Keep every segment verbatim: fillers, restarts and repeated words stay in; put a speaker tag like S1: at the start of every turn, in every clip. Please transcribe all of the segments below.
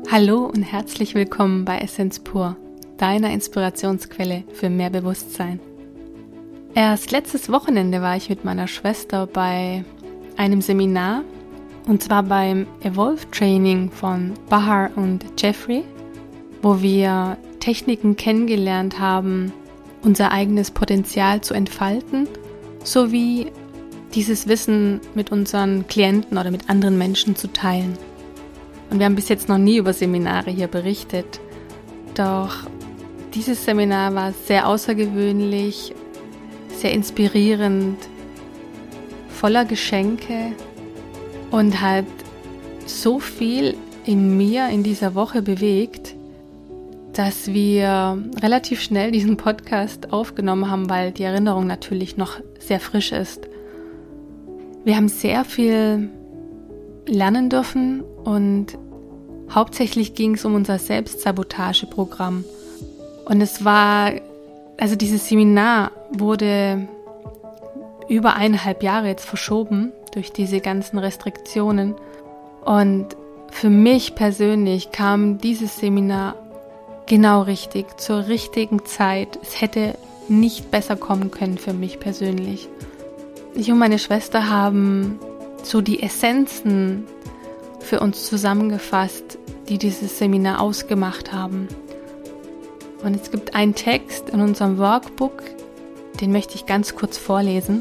S1: Hallo und herzlich willkommen bei Essenz pur, deiner Inspirationsquelle für mehr Bewusstsein. Erst letztes Wochenende war ich mit meiner Schwester bei einem Seminar, und zwar beim Evolve Training von Bahar und Jeffrey, wo wir Techniken kennengelernt haben, unser eigenes Potenzial zu entfalten, sowie dieses Wissen mit unseren Klienten oder mit anderen Menschen zu teilen. Und wir haben bis jetzt noch nie über Seminare hier berichtet, doch dieses Seminar war sehr außergewöhnlich, sehr inspirierend, voller Geschenke und hat so viel in mir in dieser Woche bewegt, dass wir relativ schnell diesen Podcast aufgenommen haben, weil die Erinnerung natürlich noch sehr frisch ist. Wir haben sehr viel lernen dürfen und hauptsächlich ging es um unser Selbstsabotageprogramm. Und es war, also dieses Seminar wurde über eineinhalb Jahre jetzt verschoben durch diese ganzen Restriktionen. Und für mich persönlich kam dieses Seminar genau richtig, zur richtigen Zeit. Es hätte nicht besser kommen können für mich persönlich. Ich und meine Schwester haben so die Essenzen für uns zusammengefasst, die dieses Seminar ausgemacht haben. Und es gibt einen Text in unserem Workbook, den möchte ich ganz kurz vorlesen.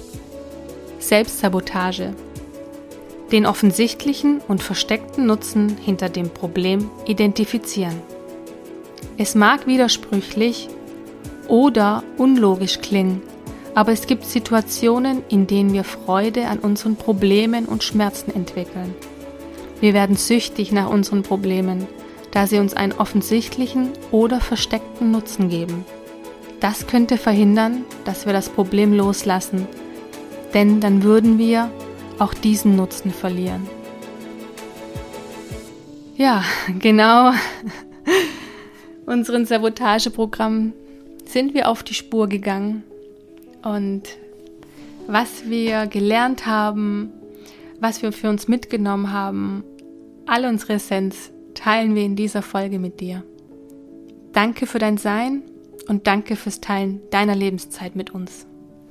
S1: Selbstsabotage. Den offensichtlichen und versteckten Nutzen hinter dem Problem identifizieren. Es mag widersprüchlich oder unlogisch klingen, aber es gibt Situationen, in denen wir Freude an unseren Problemen und Schmerzen entwickeln. Wir werden süchtig nach unseren Problemen, da sie uns einen offensichtlichen oder versteckten Nutzen geben. Das könnte verhindern, dass wir das Problem loslassen, denn dann würden wir auch diesen Nutzen verlieren. Ja, genau unseren Sabotageprogramm sind wir auf die Spur gegangen. Und was wir gelernt haben, was wir für uns mitgenommen haben, all unsere Essenz teilen wir in dieser Folge mit dir. Danke für dein Sein und danke fürs Teilen deiner Lebenszeit mit uns.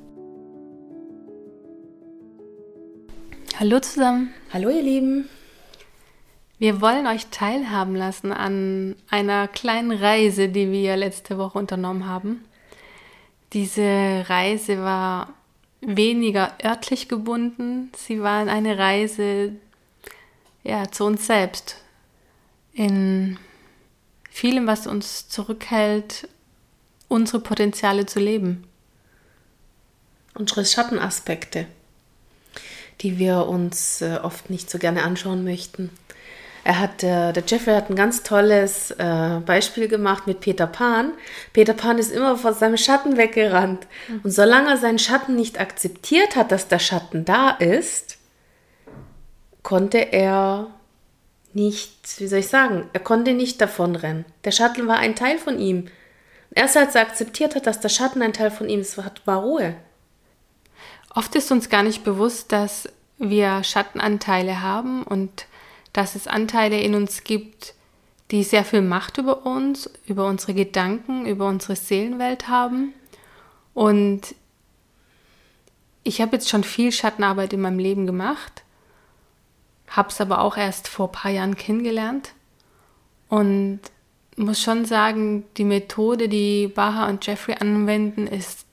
S1: Hallo zusammen.
S2: Hallo ihr Lieben.
S1: Wir wollen euch teilhaben lassen an einer kleinen Reise, die wir letzte Woche unternommen haben. Diese Reise war weniger örtlich gebunden. Sie war eine Reise ja, zu uns selbst. In vielem, was uns zurückhält, unsere Potenziale zu leben.
S2: Unsere Schattenaspekte, die wir uns äh, oft nicht so gerne anschauen möchten. Er hat, äh, der Jeffrey hat ein ganz tolles äh, Beispiel gemacht mit Peter Pan. Peter Pan ist immer vor seinem Schatten weggerannt. Mhm. Und solange er seinen Schatten nicht akzeptiert hat, dass der Schatten da ist, konnte er nicht, wie soll ich sagen, er konnte nicht davonrennen. Der Schatten war ein Teil von ihm. Erst als er akzeptiert hat, dass der Schatten ein Teil von ihm ist, war Ruhe.
S1: Oft ist uns gar nicht bewusst, dass wir Schattenanteile haben und dass es Anteile in uns gibt, die sehr viel Macht über uns, über unsere Gedanken, über unsere Seelenwelt haben. Und ich habe jetzt schon viel Schattenarbeit in meinem Leben gemacht, habe es aber auch erst vor ein paar Jahren kennengelernt und muss schon sagen, die Methode, die Bahar und Jeffrey anwenden, ist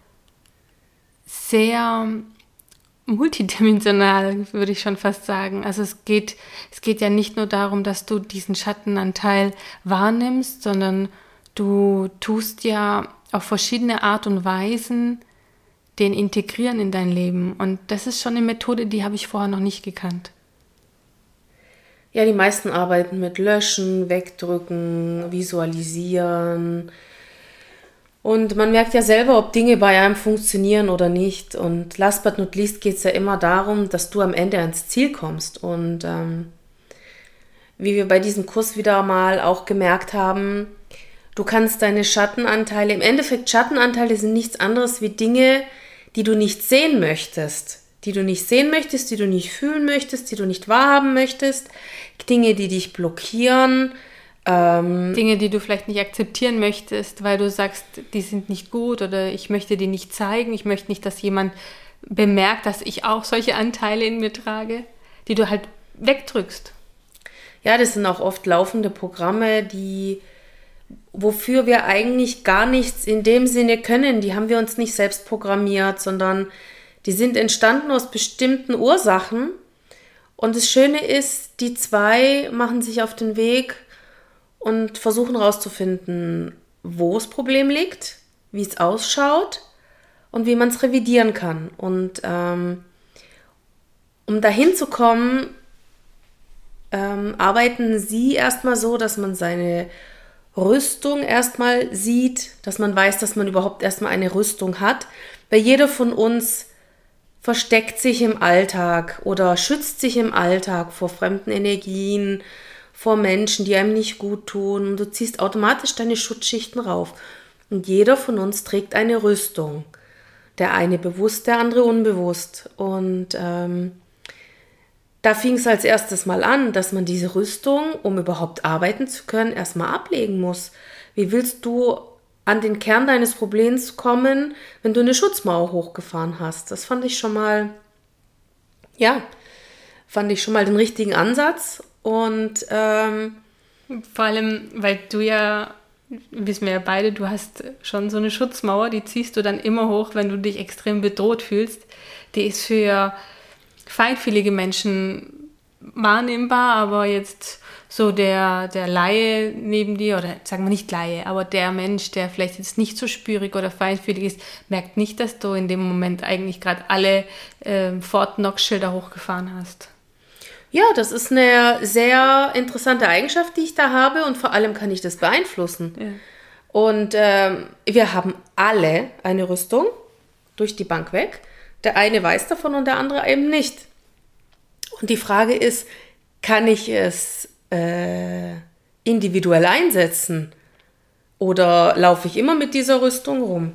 S1: sehr multidimensional, würde ich schon fast sagen. Also es geht, es geht ja nicht nur darum, dass du diesen Schattenanteil wahrnimmst, sondern du tust ja auf verschiedene Art und Weisen den integrieren in dein Leben. Und das ist schon eine Methode, die habe ich vorher noch nicht gekannt.
S2: Ja, die meisten arbeiten mit Löschen, Wegdrücken, Visualisieren. Und man merkt ja selber, ob Dinge bei einem funktionieren oder nicht. Und last but not least geht es ja immer darum, dass du am Ende ans Ziel kommst. Und ähm, wie wir bei diesem Kurs wieder mal auch gemerkt haben, du kannst deine Schattenanteile, im Endeffekt Schattenanteile sind nichts anderes wie Dinge, die du nicht sehen möchtest, die du nicht sehen möchtest, die du nicht fühlen möchtest, die du nicht wahrhaben möchtest, Dinge, die dich blockieren. Ähm,
S1: Dinge, die du vielleicht nicht akzeptieren möchtest, weil du sagst, die sind nicht gut oder ich möchte die nicht zeigen, ich möchte nicht, dass jemand bemerkt, dass ich auch solche Anteile in mir trage, die du halt wegdrückst.
S2: Ja, das sind auch oft laufende Programme, die, wofür wir eigentlich gar nichts in dem Sinne können. Die haben wir uns nicht selbst programmiert, sondern die sind entstanden aus bestimmten Ursachen. Und das Schöne ist, die zwei machen sich auf den Weg und versuchen herauszufinden, wo das Problem liegt, wie es ausschaut und wie man es revidieren kann. Und ähm, um dahin zu kommen, ähm, arbeiten sie erstmal so, dass man seine Rüstung erstmal sieht, dass man weiß, dass man überhaupt erstmal eine Rüstung hat. Weil jeder von uns versteckt sich im Alltag oder schützt sich im Alltag vor fremden Energien, vor Menschen, die einem nicht gut tun. Und du ziehst automatisch deine Schutzschichten rauf. Und jeder von uns trägt eine Rüstung. Der eine bewusst, der andere unbewusst. Und ähm, da fing es als erstes mal an, dass man diese Rüstung, um überhaupt arbeiten zu können, erstmal ablegen muss. Wie willst du an den Kern deines Problems kommen, wenn du eine Schutzmauer hochgefahren hast? Das fand ich schon mal, ja, fand ich schon mal den richtigen Ansatz. Und ähm,
S1: vor allem, weil du ja, wissen wir ja beide, du hast schon so eine Schutzmauer, die ziehst du dann immer hoch, wenn du dich extrem bedroht fühlst. Die ist für feindfühlige Menschen wahrnehmbar, aber jetzt so der, der Laie neben dir, oder sagen wir nicht Laie, aber der Mensch, der vielleicht jetzt nicht so spürig oder feinfühlig ist, merkt nicht, dass du in dem Moment eigentlich gerade alle äh, Fort Knox-Schilder hochgefahren hast.
S2: Ja, das ist eine sehr interessante Eigenschaft, die ich da habe, und vor allem kann ich das beeinflussen.
S1: Ja.
S2: Und ähm, wir haben alle eine Rüstung durch die Bank weg. Der eine weiß davon und der andere eben nicht. Und die Frage ist, kann ich es äh, individuell einsetzen oder laufe ich immer mit dieser Rüstung rum?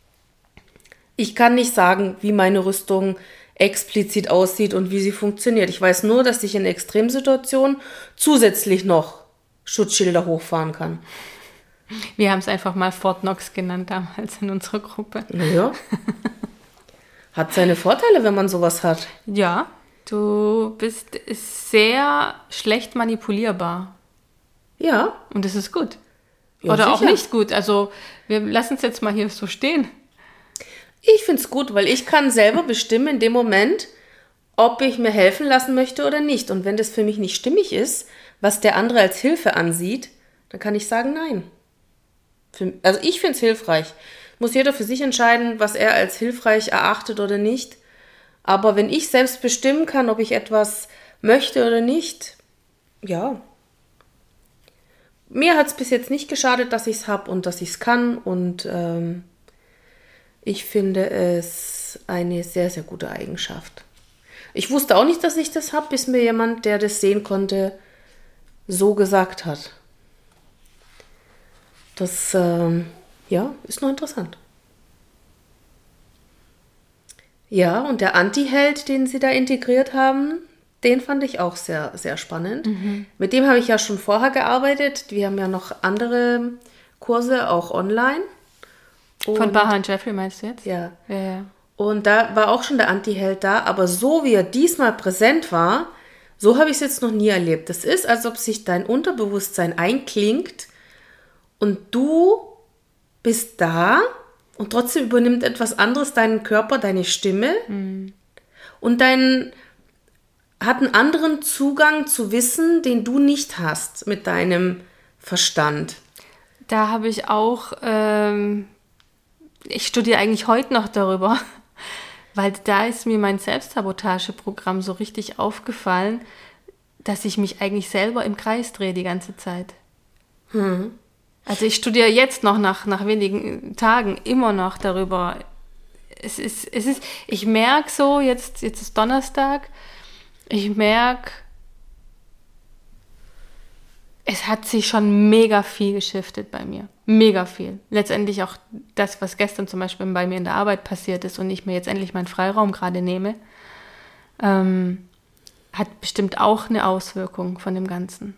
S2: Ich kann nicht sagen, wie meine Rüstung explizit aussieht und wie sie funktioniert. Ich weiß nur, dass ich in Extremsituationen zusätzlich noch Schutzschilder hochfahren kann.
S1: Wir haben es einfach mal Fort Knox genannt damals in unserer Gruppe.
S2: Naja. Hat seine Vorteile, wenn man sowas hat.
S1: Ja, du bist sehr schlecht manipulierbar.
S2: Ja.
S1: Und das ist gut.
S2: Ja,
S1: Oder
S2: sicher.
S1: auch nicht gut. Also wir lassen es jetzt mal hier so stehen.
S2: Ich finde es gut, weil ich kann selber bestimmen in dem Moment, ob ich mir helfen lassen möchte oder nicht. Und wenn das für mich nicht stimmig ist, was der andere als Hilfe ansieht, dann kann ich sagen, nein. Für, also ich finde es hilfreich. Muss jeder für sich entscheiden, was er als hilfreich erachtet oder nicht. Aber wenn ich selbst bestimmen kann, ob ich etwas möchte oder nicht, ja. Mir hat es bis jetzt nicht geschadet, dass ich es habe und dass ich es kann. Und ähm, ich finde es eine sehr, sehr gute Eigenschaft. Ich wusste auch nicht, dass ich das habe, bis mir jemand, der das sehen konnte, so gesagt hat. Das ähm, ja, ist noch interessant. Ja, und der Anti-Held, den sie da integriert haben, den fand ich auch sehr, sehr spannend. Mhm. Mit dem habe ich ja schon vorher gearbeitet. Wir haben ja noch andere Kurse, auch online.
S1: Und von Baha und Jeffrey meinst du jetzt?
S2: Ja.
S1: Ja, ja.
S2: Und da war auch schon der Anti-Held da, aber so wie er diesmal präsent war, so habe ich es jetzt noch nie erlebt. Das ist, als ob sich dein Unterbewusstsein einklingt und du bist da und trotzdem übernimmt etwas anderes deinen Körper, deine Stimme mhm. und dein hat einen anderen Zugang zu Wissen, den du nicht hast mit deinem Verstand.
S1: Da habe ich auch, ähm, ich studiere eigentlich heute noch darüber, weil da ist mir mein Selbstsabotageprogramm so richtig aufgefallen, dass ich mich eigentlich selber im Kreis drehe die ganze Zeit.
S2: Hm.
S1: Also ich studiere jetzt noch nach, nach wenigen Tagen immer noch darüber. Es ist, es ist, ich merke so, jetzt, jetzt ist Donnerstag, ich merke, Es hat sich schon mega viel geschiftet bei mir. Mega viel. Letztendlich auch das, was gestern zum Beispiel bei mir in der Arbeit passiert ist und ich mir jetzt endlich meinen Freiraum gerade nehme, ähm, hat bestimmt auch eine Auswirkung von dem Ganzen.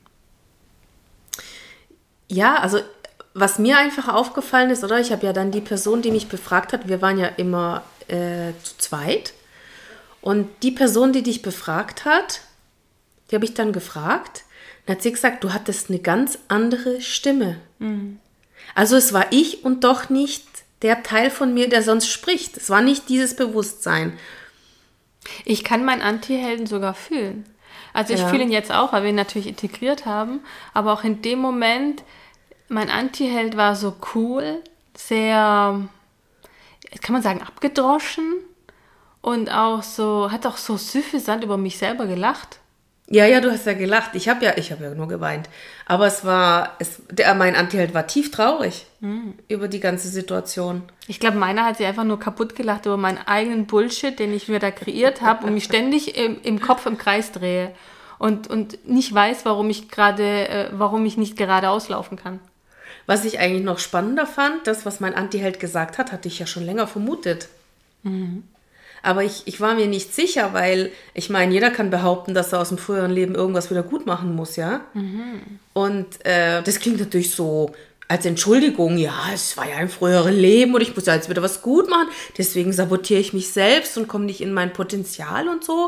S2: Ja, also was mir einfach aufgefallen ist, oder? Ich habe ja dann die Person, die mich befragt hat, wir waren ja immer äh, zu zweit. Und die Person, die dich befragt hat, die habe ich dann gefragt. Dann hat sie gesagt, du hattest eine ganz andere Stimme. Mhm. Also es war ich und doch nicht der Teil von mir, der sonst spricht. Es war nicht dieses Bewusstsein.
S1: Ich kann meinen Anti-Helden sogar fühlen. Also ich
S2: Ja.
S1: fühle ihn jetzt auch, weil wir ihn natürlich integriert haben. Aber auch in dem Moment, mein Anti-Held war so cool, sehr, kann man sagen, abgedroschen. Und auch so, hat auch so süffisant über mich selber gelacht.
S2: Ja, ja, du hast ja gelacht. Ich habe ja, ich habe ja nur geweint. Aber es war, es, der, mein Antiheld war tief traurig mhm. über die ganze Situation.
S1: Ich glaube, meiner hat sich einfach nur kaputt gelacht über meinen eigenen Bullshit, den ich mir da kreiert habe und mich ständig im, im Kopf im Kreis drehe und, und nicht weiß, warum ich gerade, äh, warum ich nicht geradeaus laufen kann.
S2: Was ich eigentlich noch spannender fand, das, was mein Antiheld gesagt hat, hatte ich ja schon länger vermutet. Mhm. Aber ich, ich war mir nicht sicher, weil ich meine, jeder kann behaupten, dass er aus dem früheren Leben irgendwas wieder gut machen muss, ja? Mhm. Und äh, das klingt natürlich so als Entschuldigung, ja, es war ja ein früheren Leben und ich muss ja jetzt wieder was gut machen, deswegen sabotiere ich mich selbst und komme nicht in mein Potenzial und so.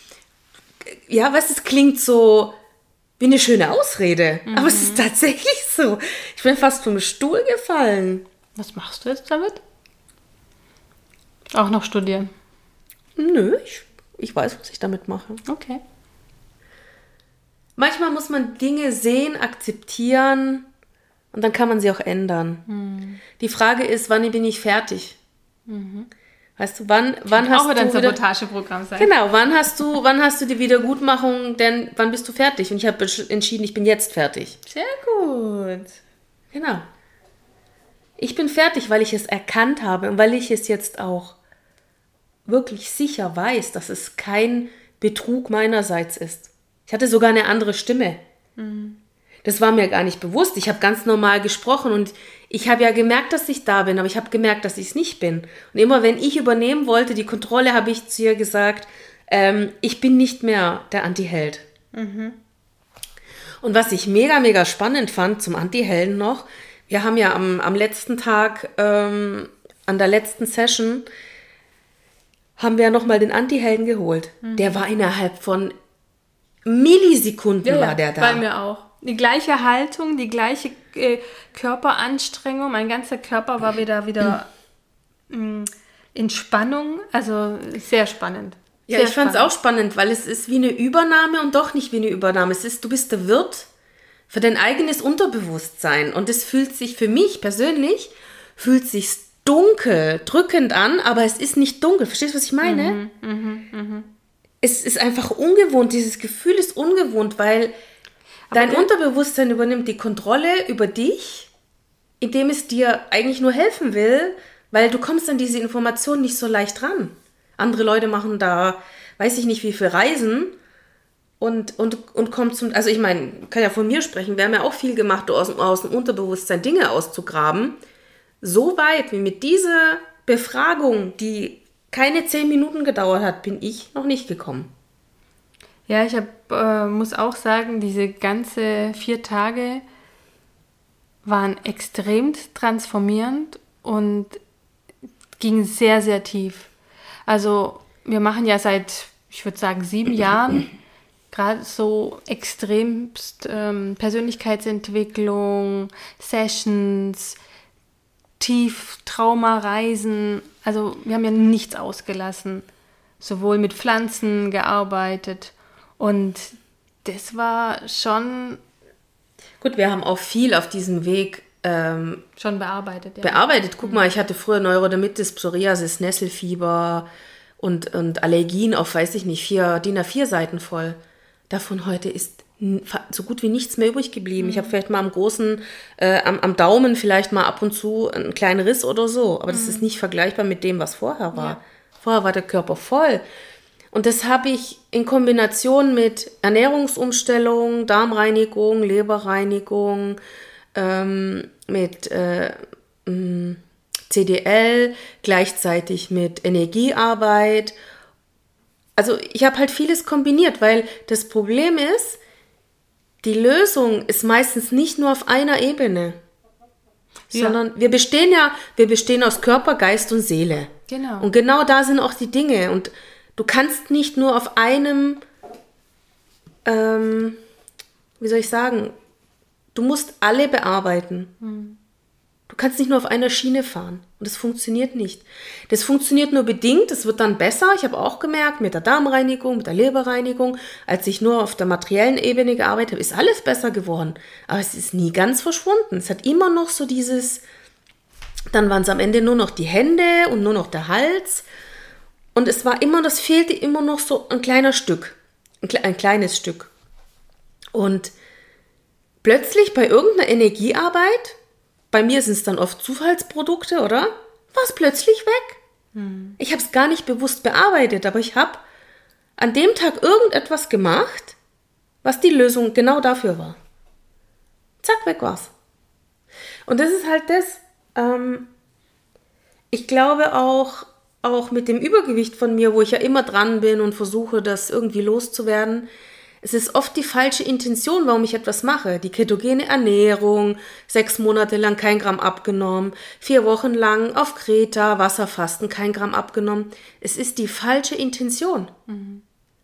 S2: Ja, weißt du, es klingt so wie eine schöne Ausrede, mhm. aber es ist tatsächlich so. Ich bin fast vom Stuhl gefallen.
S1: Was machst du jetzt damit? Auch noch studieren?
S2: Nö, ich, ich weiß, was ich damit mache.
S1: Okay.
S2: Manchmal muss man Dinge sehen, akzeptieren und dann kann man sie auch ändern. Mhm. Die Frage ist, wann bin ich fertig? Mhm. Weißt du, wann, wann hast
S1: auch wieder
S2: du
S1: ein Sabotageprogramm sein.
S2: Genau, wann hast du, wann hast du die Wiedergutmachung, denn wann bist du fertig? Und ich habe entschieden, ich bin jetzt fertig.
S1: Sehr gut.
S2: Genau. Ich bin fertig, weil ich es erkannt habe und weil ich es jetzt auch wirklich sicher weiß, dass es kein Betrug meinerseits ist. Ich hatte sogar eine andere Stimme. Mhm. Das war mir gar nicht bewusst. Ich habe ganz normal gesprochen und ich habe ja gemerkt, dass ich da bin, aber ich habe gemerkt, dass ich es nicht bin. Und immer wenn ich übernehmen wollte, die Kontrolle, habe ich zu ihr gesagt, ähm, ich bin nicht mehr der Antiheld. Mhm. Und was ich mega, mega spannend fand zum Antihelden noch, wir haben ja am, am letzten Tag, ähm, an der letzten Session, haben wir ja nochmal den Antihelden geholt. Mhm. Der war innerhalb von Millisekunden
S1: ja,
S2: war der da.
S1: Bei mir auch. Die gleiche Haltung, die gleiche äh, Körperanstrengung. Mein ganzer Körper war wieder, wieder mhm. in Spannung. Also sehr spannend.
S2: Ja, sehr ich fand es auch spannend, weil es ist wie eine Übernahme und doch nicht wie eine Übernahme. Es ist, du bist der Wirt für dein eigenes Unterbewusstsein. Und es fühlt sich für mich persönlich, fühlt sich dunkel, drückend an, aber es ist nicht dunkel. Verstehst du, was ich meine? Mhm, mh, mh. Es ist einfach ungewohnt. Dieses Gefühl ist ungewohnt, weil aber dein Unterbewusstsein übernimmt die Kontrolle über dich, indem es dir eigentlich nur helfen will, weil du kommst an diese Information nicht so leicht ran. Andere Leute machen da, weiß ich nicht, wie viel Reisen und, und, und kommt zum, also ich meine, kann ja von mir sprechen, wir haben ja auch viel gemacht, aus, aus dem Unterbewusstsein Dinge auszugraben. So weit wie mit dieser Befragung, die keine zehn Minuten gedauert hat, bin ich noch nicht gekommen.
S1: Ja, ich hab, äh, muss auch sagen, diese ganze vier Tage waren extrem transformierend und gingen sehr, sehr tief. Also wir machen ja seit, ich würde sagen, sieben Jahren gerade so extremst ähm, Persönlichkeitsentwicklung, Sessions, Tief-Trauma-Reisen. Also wir haben ja nichts ausgelassen. Sowohl mit Pflanzen gearbeitet. Und das war schon...
S2: Gut, wir haben auch viel auf diesem Weg ähm,
S1: schon bearbeitet. Ja.
S2: Bearbeitet. Guck mhm. mal, ich hatte früher Neurodermitis, Psoriasis, Nesselfieber und, und Allergien auf, weiß ich nicht, vier, D I N A vier Seiten voll. Davon heute ist so gut wie nichts mehr übrig geblieben. Mhm. Ich habe vielleicht mal am großen, äh, am, am Daumen vielleicht mal ab und zu einen kleinen Riss oder so. Aber mhm. das ist nicht vergleichbar mit dem, was vorher war. Ja. Vorher war der Körper voll. Und das habe ich in Kombination mit Ernährungsumstellung, Darmreinigung, Leberreinigung, ähm, mit äh, C D L, gleichzeitig mit Energiearbeit. Also ich habe halt vieles kombiniert, weil das Problem ist, die Lösung ist meistens nicht nur auf einer Ebene, ja. sondern wir bestehen ja, wir bestehen aus Körper, Geist und Seele.
S1: Genau.
S2: Und genau da sind auch die Dinge. Und du kannst nicht nur auf einem, ähm, wie soll ich sagen, du musst alle bearbeiten. Hm. Du kannst nicht nur auf einer Schiene fahren. Und das funktioniert nicht. Das funktioniert nur bedingt, es wird dann besser. Ich habe auch gemerkt, mit der Darmreinigung, mit der Leberreinigung, als ich nur auf der materiellen Ebene gearbeitet habe, ist alles besser geworden. Aber es ist nie ganz verschwunden. Es hat immer noch so dieses, dann waren es am Ende nur noch die Hände und nur noch der Hals. Und es war immer, das fehlte immer noch so ein kleiner Stück, ein, ein kleines Stück. Und plötzlich bei irgendeiner Energiearbeit, bei mir sind es dann oft Zufallsprodukte, oder? War es plötzlich weg. Hm. Ich habe es gar nicht bewusst bearbeitet, aber ich habe an dem Tag irgendetwas gemacht, was die Lösung genau dafür war. Zack, weg war's. Und das ist halt das, ähm, ich glaube auch, auch mit dem Übergewicht von mir, wo ich ja immer dran bin und versuche, das irgendwie loszuwerden, es ist oft die falsche Intention, warum ich etwas mache. Die ketogene Ernährung, sechs Monate lang kein Gramm abgenommen, vier Wochen lang auf Kreta, Wasserfasten, kein Gramm abgenommen. Es ist die falsche Intention. Mhm.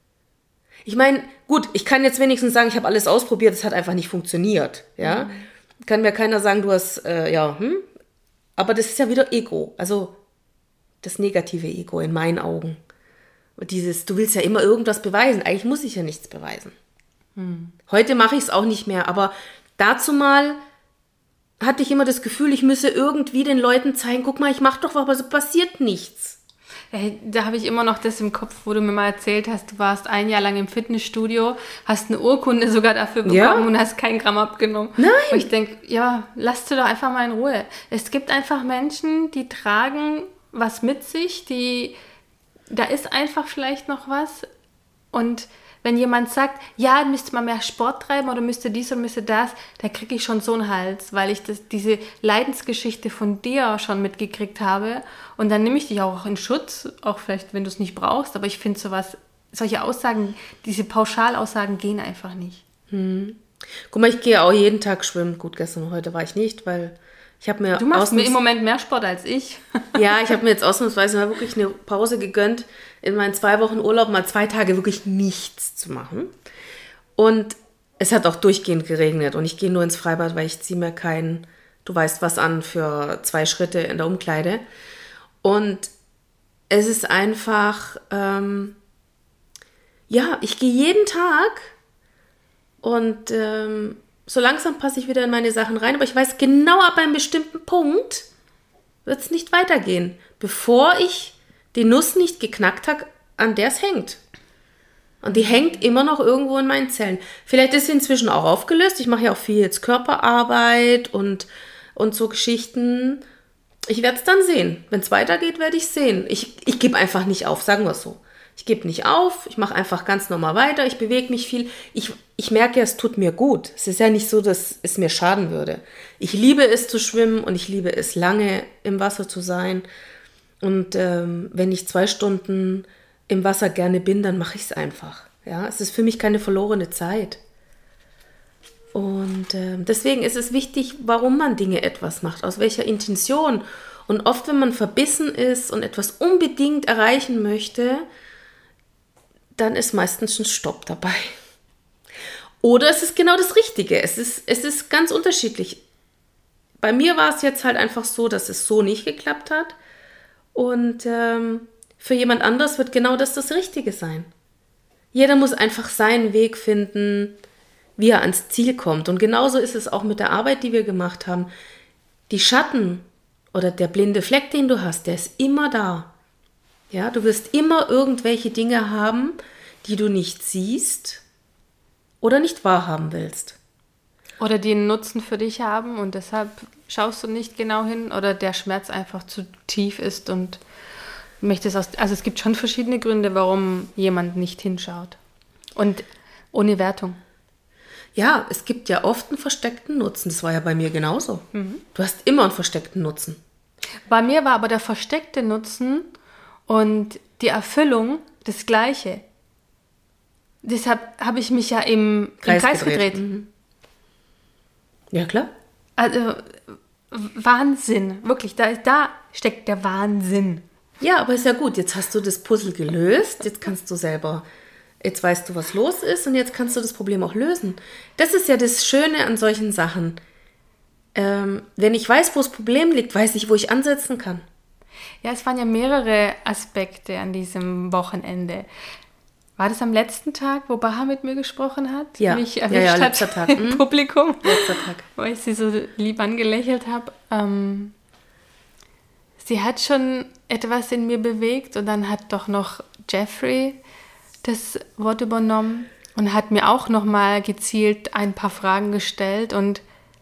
S2: Ich meine, gut, ich kann jetzt wenigstens sagen, ich habe alles ausprobiert, es hat einfach nicht funktioniert. Ja? Mhm. Kann mir keiner sagen, du hast, äh, ja, hm? Aber das ist ja wieder Ego, also das negative Ego in meinen Augen. Dieses, du willst ja immer irgendwas beweisen. Eigentlich muss ich ja nichts beweisen. Hm. Heute mache ich es auch nicht mehr, aber dazu mal hatte ich immer das Gefühl, ich müsse irgendwie den Leuten zeigen, guck mal, ich mache doch was, aber so passiert nichts.
S1: Hey, da habe ich immer noch das im Kopf, wo du mir mal erzählt hast, du warst ein Jahr lang im Fitnessstudio, hast eine Urkunde sogar dafür bekommen ja. und hast kein Gramm abgenommen.
S2: Nein.
S1: Und ich denke, ja, lass du doch einfach mal in Ruhe. Es gibt einfach Menschen, die tragen was mit sich, die da ist einfach vielleicht noch was. Und wenn jemand sagt, ja, müsste man mehr Sport treiben oder müsste dies oder müsste das, da kriege ich schon so einen Hals, weil ich das, diese Leidensgeschichte von dir schon mitgekriegt habe. Und dann nehme ich dich auch in Schutz, auch vielleicht, wenn du es nicht brauchst. Aber ich finde sowas, solche Aussagen, diese Pauschalaussagen gehen einfach nicht.
S2: Hm. Guck mal, ich gehe auch jeden Tag schwimmen. Gut, gestern und heute war ich nicht, weil ich habe mir...
S1: Du machst mir im Moment mehr Sport als ich.
S2: Ja, ich habe mir jetzt ausnahmsweise mal wirklich eine Pause gegönnt, in meinen zwei Wochen Urlaub mal zwei Tage wirklich nichts zu machen. Und es hat auch durchgehend geregnet und ich gehe nur ins Freibad, weil ich ziehe mir kein, du weißt was an, für zwei Schritte in der Umkleide. Und es ist einfach, ähm, ja, ich gehe jeden Tag und ähm, so langsam passe ich wieder in meine Sachen rein, aber ich weiß genau, ab einem bestimmten Punkt wird es nicht weitergehen, bevor ich die Nuss nicht geknackt habe, an der es hängt. Und die hängt immer noch irgendwo in meinen Zellen. Vielleicht ist sie inzwischen auch aufgelöst. Ich mache ja auch viel jetzt Körperarbeit und, und so Geschichten. Ich werde es dann sehen. Wenn es weitergeht, werde ich es sehen. Ich, ich gebe einfach nicht auf, sagen wir es so. Ich gebe nicht auf, ich mache einfach ganz normal weiter, ich bewege mich viel. Ich, ich merke ja, es tut mir gut. Es ist ja nicht so, dass es mir schaden würde. Ich liebe es zu schwimmen und ich liebe es, lange im Wasser zu sein. Und ähm, wenn ich zwei Stunden im Wasser gerne bin, dann mache ich es einfach. Ja, es ist für mich keine verlorene Zeit. Und äh, deswegen ist es wichtig, warum man Dinge etwas macht, aus welcher Intention. Und oft, wenn man verbissen ist und etwas unbedingt erreichen möchte, dann ist meistens ein Stopp dabei. Oder es ist genau das Richtige. Es ist, es ist ganz unterschiedlich. Bei mir war es jetzt halt einfach so, dass es so nicht geklappt hat. Und ähm, für jemand anderes wird genau das das Richtige sein. Jeder muss einfach seinen Weg finden, wie er ans Ziel kommt. Und genauso ist es auch mit der Arbeit, die wir gemacht haben. Die Schatten oder der blinde Fleck, den du hast, der ist immer da. Ja, du wirst immer irgendwelche Dinge haben, die du nicht siehst oder nicht wahrhaben willst.
S1: Oder die einen Nutzen für dich haben und deshalb schaust du nicht genau hin oder der Schmerz einfach zu tief ist und möchte es aus, also es gibt schon verschiedene Gründe, warum jemand nicht hinschaut. Und ohne Wertung.
S2: Ja, es gibt ja oft einen versteckten Nutzen. Das war ja bei mir genauso. Mhm. Du hast immer einen versteckten Nutzen.
S1: Bei mir war aber der versteckte Nutzen und die Erfüllung das Gleiche. Deshalb habe ich mich ja im Kreis, im Kreis gedreht. gedreht. Mhm.
S2: Ja, klar.
S1: Also Wahnsinn, wirklich, da, da steckt der Wahnsinn.
S2: Ja, aber ist ja gut, jetzt hast du das Puzzle gelöst, jetzt kannst du selber... Jetzt weißt du, was los ist und jetzt kannst du das Problem auch lösen. Das ist ja das Schöne an solchen Sachen. Ähm, wenn ich weiß, wo das Problem liegt, weiß ich, wo ich ansetzen kann.
S1: Ja, es waren ja mehrere Aspekte an diesem Wochenende. War das am letzten Tag, wo Baha mit mir gesprochen hat?
S2: Ja,
S1: mich
S2: ja, ja, letzter Tag.
S1: Im mhm. Publikum.
S2: Letzter Tag.
S1: Weil ich sie so lieb angelächelt habe. Ähm, sie hat schon etwas in mir bewegt und dann hat doch noch Jeffrey das Wort übernommen und hat mir auch nochmal gezielt ein paar Fragen gestellt. Und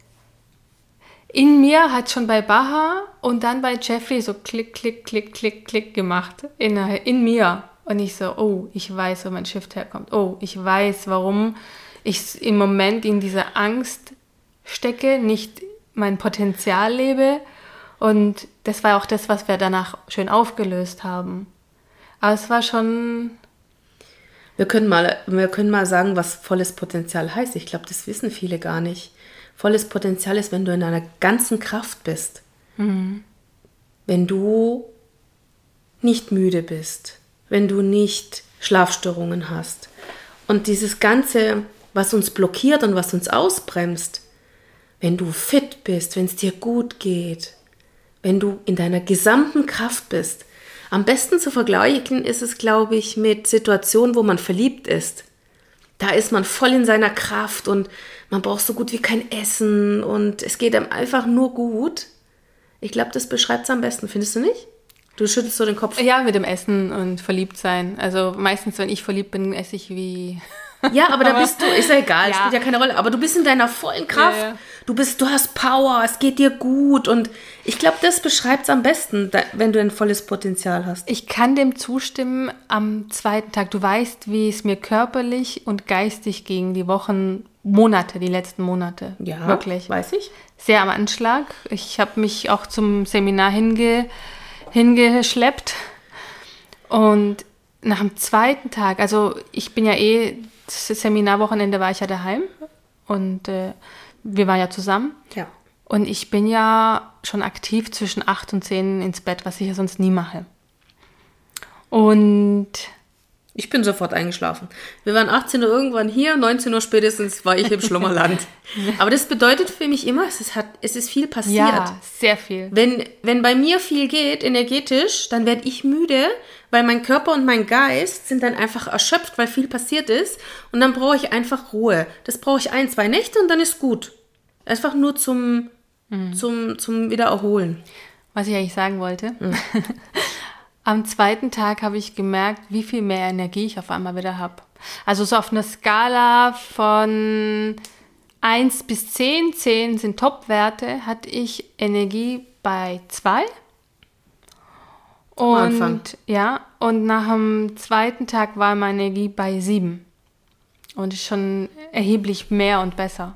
S1: in mir hat schon bei Baha und dann bei Jeffrey so klick, klick, klick, klick, klick gemacht. In, in mir. Und ich so, oh, ich weiß, wo mein Shift herkommt. Oh, ich weiß, warum ich im Moment in dieser Angst stecke, nicht mein Potenzial lebe. Und das war auch das, was wir danach schön aufgelöst haben. Aber es war schon...
S2: Wir können mal, wir können mal sagen, was volles Potenzial heißt. Ich glaube, das wissen viele gar nicht. Volles Potenzial ist, wenn du in deiner ganzen Kraft bist. Mhm. Wenn du nicht müde bist. Wenn du nicht Schlafstörungen hast. Und dieses Ganze, was uns blockiert und was uns ausbremst, wenn du fit bist, wenn es dir gut geht, wenn du in deiner gesamten Kraft bist. Am besten zu vergleichen ist es, glaube ich, mit Situationen, wo man verliebt ist. Da ist man voll in seiner Kraft und man braucht so gut wie kein Essen und es geht einem einfach nur gut. Ich glaube, das beschreibt es am besten, findest du nicht? Du schüttelst so den Kopf.
S1: Ja, mit dem Essen und verliebt sein. Also meistens, wenn ich verliebt bin, esse ich wie...
S2: Ja, aber da bist du, ist ja egal, ja. Spielt ja keine Rolle, aber du bist in deiner vollen Kraft, ja, ja. Du bist, du hast Power, es geht dir gut und ich glaube, das beschreibt es am besten, wenn du ein volles Potenzial hast.
S1: Ich kann dem zustimmen am zweiten Tag. Du weißt, wie es mir körperlich und geistig ging, die Wochen, Monate, die letzten Monate.
S2: Ja,
S1: wirklich.
S2: Weiß ich.
S1: Sehr am Anschlag. Ich habe mich auch zum Seminar hinge, hingeschleppt und nach dem zweiten Tag, also ich bin ja eh, das Seminarwochenende war ich ja daheim und äh, wir waren ja zusammen.
S2: Ja.
S1: Und ich bin ja schon aktiv zwischen acht und zehn ins Bett, was ich ja sonst nie mache. Und
S2: ich bin sofort eingeschlafen. Wir waren achtzehn Uhr irgendwann hier, neunzehn Uhr spätestens war ich im Schlummerland. Aber das bedeutet für mich immer, es ist, hat, es ist viel passiert.
S1: Ja, sehr viel.
S2: Wenn, wenn bei mir viel geht, energetisch, dann werde ich müde, weil mein Körper und mein Geist sind dann einfach erschöpft, weil viel passiert ist. Und dann brauche ich einfach Ruhe. Das brauche ich ein, zwei Nächte und dann ist gut. Einfach nur zum, mhm. zum, zum Wiedererholen.
S1: Was ich eigentlich sagen wollte. Mhm. Am zweiten Tag habe ich gemerkt, wie viel mehr Energie ich auf einmal wieder habe. Also so auf einer Skala von eins bis zehn, zehn sind Top-Werte, hatte ich Energie bei zwei. Und, Anfang. Ja, und nach dem zweiten Tag war meine Energie bei sieben. Und ist schon erheblich mehr und besser.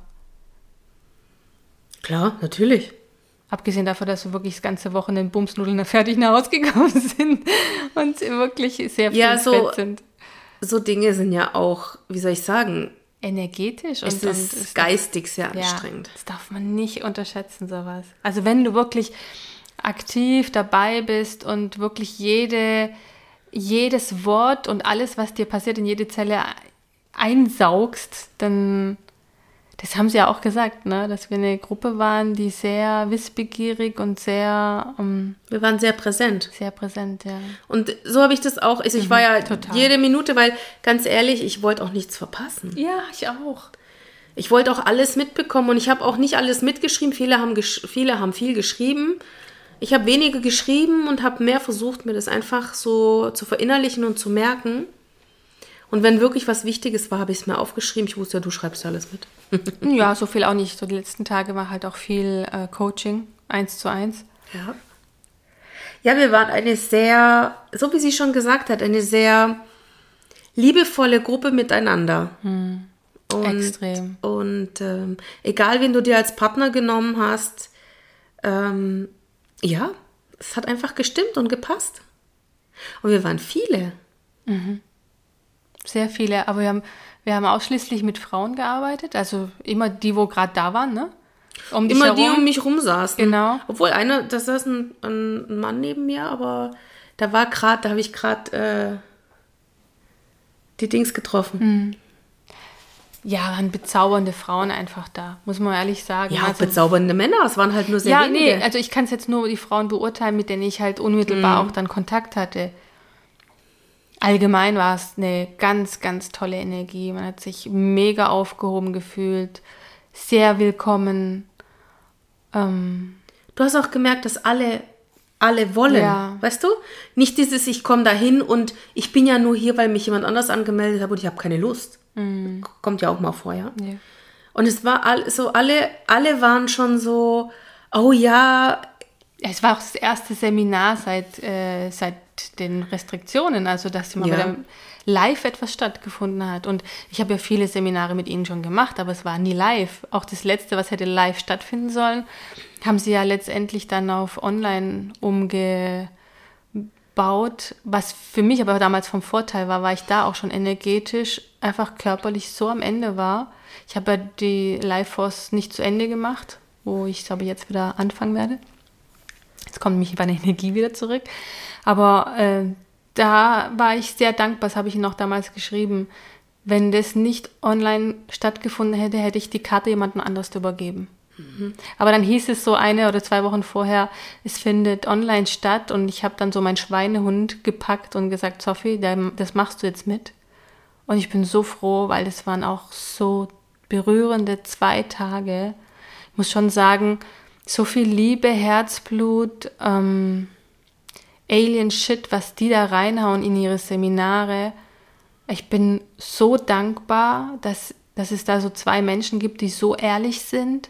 S2: Klar, natürlich.
S1: Abgesehen davon, dass wir wirklich das ganze Wochenende Bumsnudeln fertig nach Hause gekommen sind und wirklich sehr viel
S2: ja, so,
S1: Fett sind.
S2: So Dinge sind ja auch, wie soll ich sagen,
S1: energetisch
S2: es
S1: und,
S2: ist
S1: und es
S2: geistig sehr
S1: ja,
S2: anstrengend.
S1: Das darf man nicht unterschätzen, sowas. Also wenn du wirklich aktiv dabei bist und wirklich jede, jedes Wort und alles, was dir passiert, in jede Zelle einsaugst, dann... Das haben sie ja auch gesagt, ne? Dass wir eine Gruppe waren, die sehr wissbegierig und sehr... Um,
S2: wir waren sehr präsent.
S1: Sehr präsent, ja.
S2: Und so habe ich das auch. Also ich mhm, war ja
S1: total.
S2: Jede Minute, weil ganz ehrlich, ich wollte auch nichts verpassen.
S1: Ja, ich auch.
S2: Ich wollte auch alles mitbekommen und ich habe auch nicht alles mitgeschrieben. Viele haben, gesch- viele haben viel geschrieben. Ich habe weniger geschrieben und habe mehr versucht, mir das einfach so zu verinnerlichen und zu merken. Und wenn wirklich was Wichtiges war, habe ich es mir aufgeschrieben. Ich wusste ja, du schreibst ja alles mit.
S1: Ja, so viel auch nicht. So die letzten Tage war halt auch viel äh, Coaching, eins zu eins.
S2: Ja. Ja, wir waren eine sehr, so wie sie schon gesagt hat, eine sehr liebevolle Gruppe miteinander.
S1: Hm.
S2: Und,
S1: Extrem.
S2: Und ähm, egal, wen du dir als Partner genommen hast, ähm, ja, es hat einfach gestimmt und gepasst. Und wir waren viele.
S1: Sehr viele, aber wir haben, wir haben ausschließlich mit Frauen gearbeitet, also immer die, wo gerade da waren, ne? Um dich
S2: Immer die
S1: herum.
S2: um mich rum saßen.
S1: Genau.
S2: Obwohl einer, da saß ein, ein Mann neben mir, aber da war gerade, da habe ich gerade äh, die Dings getroffen.
S1: Ja, waren bezaubernde Frauen einfach da, muss man ehrlich sagen.
S2: Ja, auch
S1: also,
S2: bezaubernde Männer, es waren halt nur sehr
S1: ja,
S2: wenige.
S1: nee, also ich kann es jetzt nur die Frauen beurteilen, mit denen ich halt unmittelbar auch dann Kontakt hatte. Allgemein war es eine ganz, ganz tolle Energie. Man hat sich mega aufgehoben gefühlt, sehr willkommen. Ähm,
S2: Du hast auch gemerkt, dass alle, alle wollen,
S1: Ja.
S2: weißt du? Nicht dieses, ich komme da hin und ich bin ja nur hier, weil mich jemand anders angemeldet hat und ich habe keine Lust. Kommt ja auch mal vor, ja?
S1: ja.
S2: Und es war all, so, alle, alle waren schon so, oh ja,
S1: Es war auch das erste Seminar seit, äh, seit den Restriktionen, also dass mal
S2: Ja.
S1: wieder live etwas stattgefunden hat. Und ich habe ja viele Seminare mit ihnen schon gemacht, aber es war nie live. Auch das letzte, was hätte live stattfinden sollen, haben sie ja letztendlich dann auf online umgebaut. Was für mich aber damals vom Vorteil war, weil ich da auch schon energetisch, einfach körperlich so am Ende war. Ich habe ja die Live Force nicht zu Ende gemacht, wo ich glaube jetzt wieder anfangen werde. Jetzt kommt mich meine Energie wieder zurück. Aber äh, da war ich sehr dankbar, das habe ich noch damals geschrieben. Wenn das nicht online stattgefunden hätte, hätte ich die Karte jemandem anders übergeben. Mhm. Aber dann hieß es so eine oder zwei Wochen vorher, es findet online statt. Und ich habe dann so meinen Schweinehund gepackt und gesagt, Sophie, das machst du jetzt mit. Und ich bin so froh, weil das waren auch so berührende zwei Tage. Ich muss schon sagen, so viel Liebe, Herzblut, ähm, Alien-Shit, was die da reinhauen in ihre Seminare. Ich bin so dankbar, dass, dass es da so zwei Menschen gibt, die so ehrlich sind,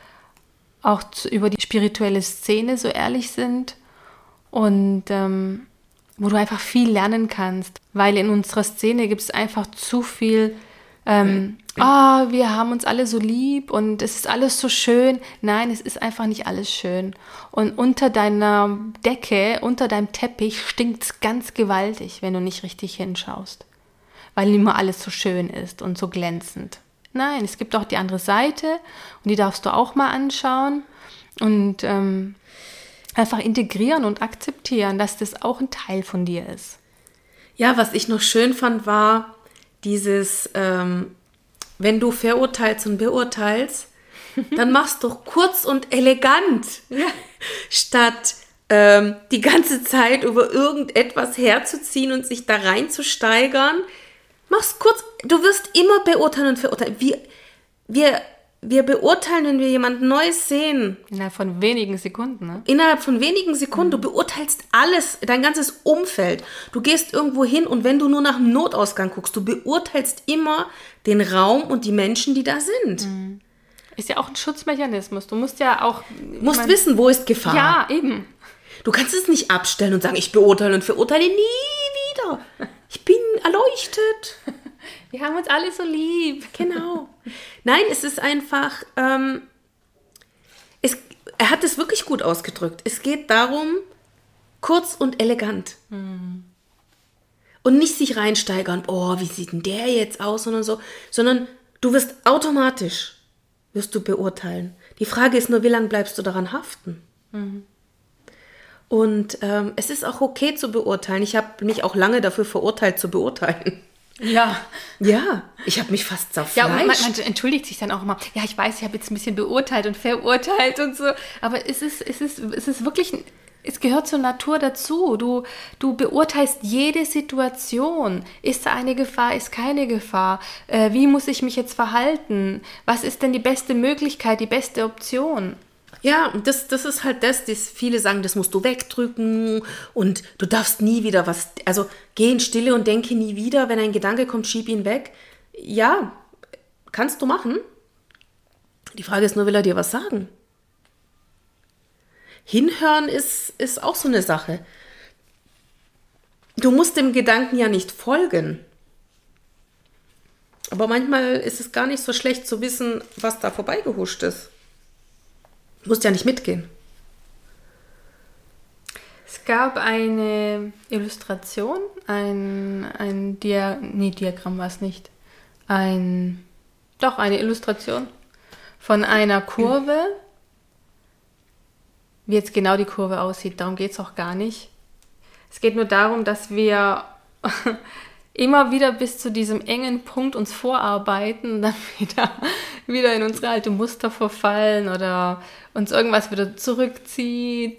S1: auch zu, über die spirituelle Szene so ehrlich sind und ähm, wo du einfach viel lernen kannst, weil in unserer Szene gibt es einfach zu viel ähm, ah, oh, wir haben uns alle so lieb und es ist alles so schön. Nein, es ist einfach nicht alles schön. Und unter deiner Decke, unter deinem Teppich stinkt es ganz gewaltig, wenn du nicht richtig hinschaust. Weil immer alles so schön ist und so glänzend. Nein, es gibt auch die andere Seite und die darfst du auch mal anschauen und ähm, einfach integrieren und akzeptieren, dass das auch ein Teil von dir ist.
S2: Ja, was ich noch schön fand, war dieses, ähm, wenn du verurteilst und beurteilst, dann machst du kurz und elegant,
S1: Ja.
S2: statt ähm, die ganze Zeit über irgendetwas herzuziehen und sich da reinzusteigern. Mach's kurz, du wirst immer beurteilen und verurteilen. Wir, wir, wir beurteilen, wenn wir jemanden Neues sehen.
S1: Innerhalb von wenigen Sekunden, ne?
S2: Innerhalb von wenigen Sekunden, du beurteilst alles, dein ganzes Umfeld. Du gehst irgendwo hin und wenn du nur nach dem Notausgang guckst, du beurteilst immer den Raum und die Menschen, die da sind.
S1: Ist ja auch ein Schutzmechanismus. Du musst ja auch...
S2: Du musst
S1: ich mein,
S2: wissen, wo ist Gefahr.
S1: Ja, eben.
S2: Du kannst es nicht abstellen und sagen, ich beurteile und verurteile nie wieder. Ich bin erleuchtet.
S1: Wir haben uns alle so lieb.
S2: Genau. Nein, es ist einfach... Ähm, es, er hat es wirklich gut ausgedrückt. Es geht darum, kurz und elegant.
S1: Mhm.
S2: Und nicht sich reinsteigern, oh, wie sieht denn der jetzt aus, sondern so, sondern du wirst automatisch, wirst du beurteilen. Die Frage ist nur, wie lange bleibst du daran haften?
S1: Mhm.
S2: Und ähm, es ist auch okay zu beurteilen. Ich habe mich auch lange dafür verurteilt, zu beurteilen.
S1: Ja.
S2: Ja, ich habe mich fast zerfleischt.
S1: Ja, und man, man entschuldigt sich dann auch immer. Ja, ich weiß, ich habe jetzt ein bisschen beurteilt und verurteilt und so. Aber es ist, es ist, es ist wirklich, es gehört zur Natur dazu. Du, du beurteilst jede Situation. Ist da eine Gefahr, ist keine Gefahr? Äh, wie muss ich mich jetzt verhalten? Was ist denn die beste Möglichkeit, die beste Option?
S2: Ja, und das, das ist halt das, das viele sagen, das musst du wegdrücken und du darfst nie wieder was, also geh in Stille und denke nie wieder, wenn ein Gedanke kommt, schieb ihn weg. Ja, kannst du machen. Die Frage ist nur, will er dir was sagen? hinhören ist, ist auch so eine Sache. Du musst dem Gedanken ja nicht folgen. Aber manchmal ist es gar nicht so schlecht zu wissen, was da vorbeigehuscht ist. Du musst ja nicht mitgehen.
S1: Es gab eine Illustration, ein, ein Dia- nee, Diagramm war es nicht. Ein, doch, eine Illustration von einer Kurve. Wie jetzt genau die Kurve aussieht, darum geht es auch gar nicht. Es geht nur darum, dass wir immer wieder bis zu diesem engen Punkt uns vorarbeiten und dann wieder, wieder in unsere alte Muster verfallen oder uns irgendwas wieder zurückzieht.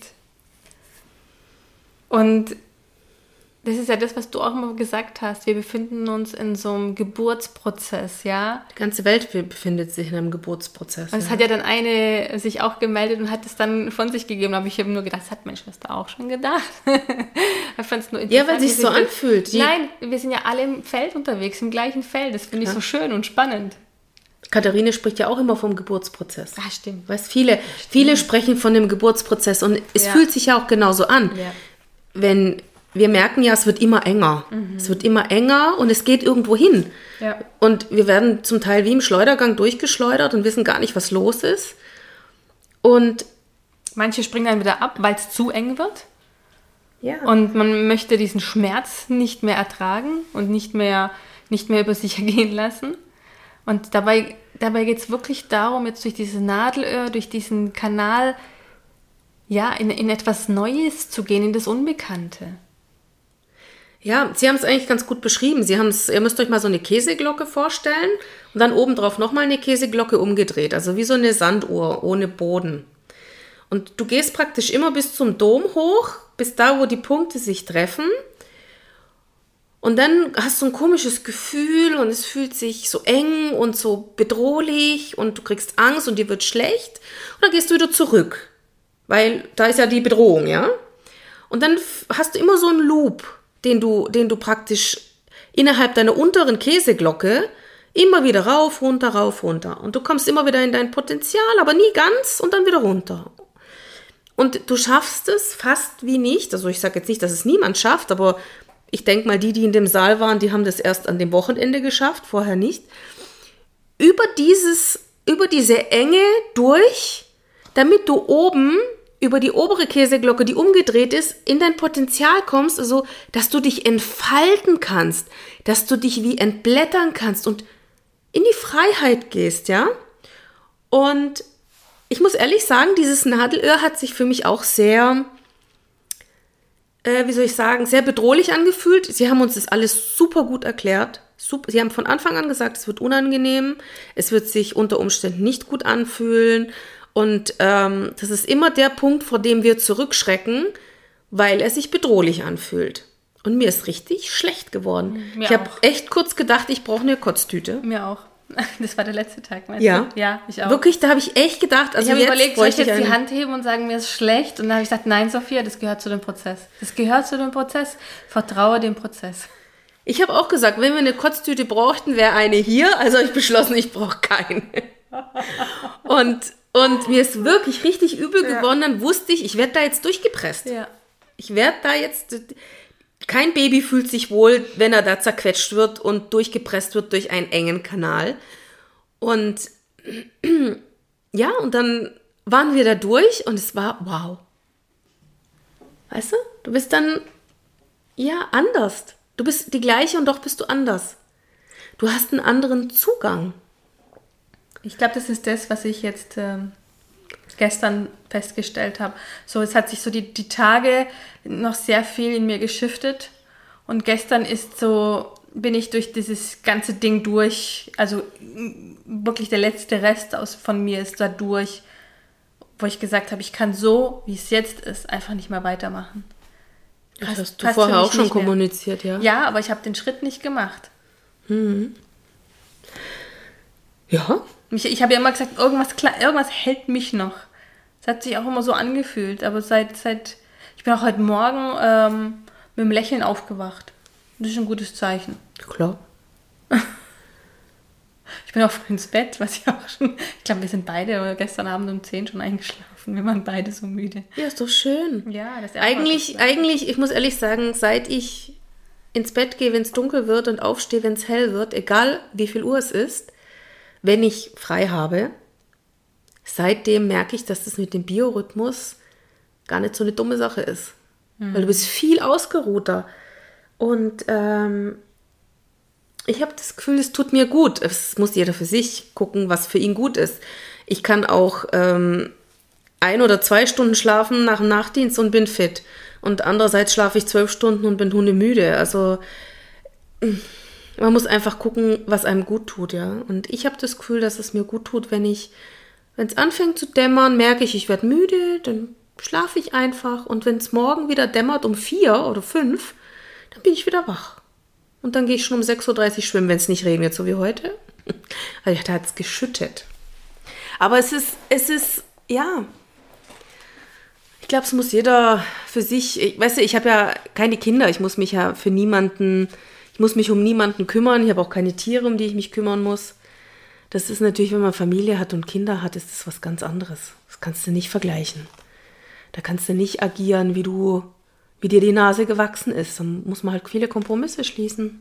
S1: Und das ist ja das, was du auch immer gesagt hast. Wir befinden uns in so einem Geburtsprozess, ja.
S2: Die ganze Welt befindet sich in einem Geburtsprozess.
S1: Und es
S2: ja.
S1: hat ja dann eine sich auch gemeldet und hat es dann von sich gegeben. Aber ich habe nur gedacht, das hat meine Schwester auch schon gedacht. Ich fand's nur
S2: ja, weil es sich so anfühlt.
S1: Die Nein, wir sind ja alle im Feld unterwegs, im gleichen Feld. Das finde ich ja. so schön und spannend.
S2: Katharine spricht ja auch immer vom Geburtsprozess.
S1: Ah, stimmt.
S2: Weißt, viele, stimmt. viele sprechen von dem Geburtsprozess und es ja. fühlt sich ja auch genauso an.
S1: Ja.
S2: Wenn wir merken ja, es wird immer enger. Mhm. Es wird immer enger und es geht irgendwo hin.
S1: Ja.
S2: Und wir werden zum Teil wie im Schleudergang durchgeschleudert und wissen gar nicht, was los ist. Und
S1: manche springen dann wieder ab, weil es zu eng wird.
S2: Ja.
S1: Und man möchte diesen Schmerz nicht mehr ertragen und nicht mehr, nicht mehr über sich ergehen lassen. Und dabei, dabei geht es wirklich darum, jetzt durch diese Nadelöhr, durch diesen Kanal, ja, in, in etwas Neues zu gehen, in das Unbekannte.
S2: Ja, Sie haben es eigentlich ganz gut beschrieben. Sie haben's, ihr müsst euch mal so eine Käseglocke vorstellen und dann obendrauf nochmal eine Käseglocke umgedreht. Also wie so eine Sanduhr ohne Boden. Und du gehst praktisch immer bis zum Dom hoch, bis da, wo die Punkte sich treffen. Und dann hast du ein komisches Gefühl und es fühlt sich so eng und so bedrohlich und du kriegst Angst und dir wird schlecht. Und dann gehst du wieder zurück, weil da ist ja die Bedrohung, ja. Und dann hast du immer so einen Loop, den du, den du praktisch innerhalb deiner unteren Käseglocke immer wieder rauf, runter, rauf, runter. Und du kommst immer wieder in dein Potenzial, aber nie ganz und dann wieder runter. Und du schaffst es fast wie nicht. Also ich sage jetzt nicht, dass es niemand schafft, aber ich denke mal, die, die in dem Saal waren, die haben das erst an dem Wochenende geschafft, vorher nicht. Über dieses, über diese Enge durch, damit du oben über die obere Käseglocke, die umgedreht ist, in dein Potenzial kommst, also dass du dich entfalten kannst, dass du dich wie entblättern kannst und in die Freiheit gehst, ja. Und ich muss ehrlich sagen, dieses Nadelöhr hat sich für mich auch sehr, äh, wie soll ich sagen, sehr bedrohlich angefühlt. Sie haben uns das alles super gut erklärt. Super. Sie haben von Anfang an gesagt, es wird unangenehm, es wird sich unter Umständen nicht gut anfühlen. Und ähm, das ist immer der Punkt, vor dem wir zurückschrecken, weil er sich bedrohlich anfühlt. Und mir ist richtig schlecht geworden. Mir ich habe echt kurz gedacht, ich brauche eine Kotztüte.
S1: Mir auch. Das war der letzte Tag, meinst
S2: ja.
S1: du? Ja, ich auch.
S2: Wirklich, da habe ich echt gedacht, also
S1: ich habe
S2: jetzt
S1: überlegt, soll ich jetzt
S2: eine...
S1: die Hand heben und sagen, mir ist schlecht? Und dann habe ich gesagt, nein, Sophia, das gehört zu dem Prozess. Das gehört zu dem Prozess. Vertraue dem Prozess.
S2: Ich habe auch gesagt, wenn wir eine Kotztüte bräuchten, wäre eine hier. Also ich beschlossen, ich brauche keine. Und, und mir ist wirklich richtig übel ja. geworden. Dann wusste ich, ich werde da jetzt durchgepresst.
S1: Ja.
S2: Ich werde da jetzt... Kein Baby fühlt sich wohl, wenn er da zerquetscht wird und durchgepresst wird durch einen engen Kanal. Und ja, und dann waren wir da durch und es war wow. Weißt du, du bist dann ja anders. Du bist die gleiche und doch bist du anders. Du hast einen anderen Zugang.
S1: Ich glaube, das ist das, was ich jetzt ähm, gestern festgestellt habe. So, es hat sich so die, die Tage noch sehr viel in mir geschiftet und gestern ist so, bin ich durch dieses ganze Ding durch, also wirklich der letzte Rest aus, von mir ist da durch, wo ich gesagt habe, ich kann so, wie es jetzt ist, einfach nicht mehr weitermachen.
S2: Das passt, hast du vorher auch schon kommuniziert, ja?
S1: Ja, aber ich habe den Schritt nicht gemacht.
S2: Mhm. Ja.
S1: Ich, ich habe ja immer gesagt, irgendwas, irgendwas hält mich noch. Das hat sich auch immer so angefühlt, aber seit, seit ich bin auch heute Morgen ähm, mit einem Lächeln aufgewacht. Das ist ein gutes Zeichen.
S2: Klar.
S1: Ich bin auch früh ins Bett, was ich auch schon, ich glaube, wir sind beide gestern Abend um zehn schon eingeschlafen. Wir waren beide so müde.
S2: Ja, ist doch schön.
S1: Ja, das ist
S2: Eigentlich, eigentlich, ich muss ehrlich sagen, seit ich ins Bett gehe, wenn es dunkel wird und aufstehe, wenn es hell wird, egal wie viel Uhr es ist, wenn ich frei habe, seitdem merke ich, dass das mit dem Biorhythmus gar nicht so eine dumme Sache ist. Mhm. Weil du bist viel ausgeruhter. Und ähm, ich habe das Gefühl, es tut mir gut. Es muss jeder für sich gucken, was für ihn gut ist. Ich kann auch ähm, ein oder zwei Stunden schlafen nach dem Nachtdienst und bin fit. Und andererseits schlafe ich zwölf Stunden und bin hundemüde. Also man muss einfach gucken, was einem gut tut, ja. Und ich habe das Gefühl, dass es mir gut tut, wenn ich, wenn es anfängt zu dämmern, merke ich, ich werde müde, dann schlafe ich einfach. Und wenn es morgen wieder dämmert um vier oder fünf, dann bin ich wieder wach. Und dann gehe ich schon um sechs Uhr dreißig schwimmen, wenn es nicht regnet, so wie heute. Also da hat es geschüttet. Aber es ist, es ist, ja, ich glaube, es muss jeder für sich, ich, weißt du, ich habe ja keine Kinder, ich muss mich ja für niemanden, ich muss mich um niemanden kümmern, ich habe auch keine Tiere, um die ich mich kümmern muss. Das ist natürlich, wenn man Familie hat und Kinder hat, ist das was ganz anderes. Das kannst du nicht vergleichen. Da kannst du nicht agieren, wie du, wie dir die Nase gewachsen ist. Dann muss man halt viele Kompromisse schließen.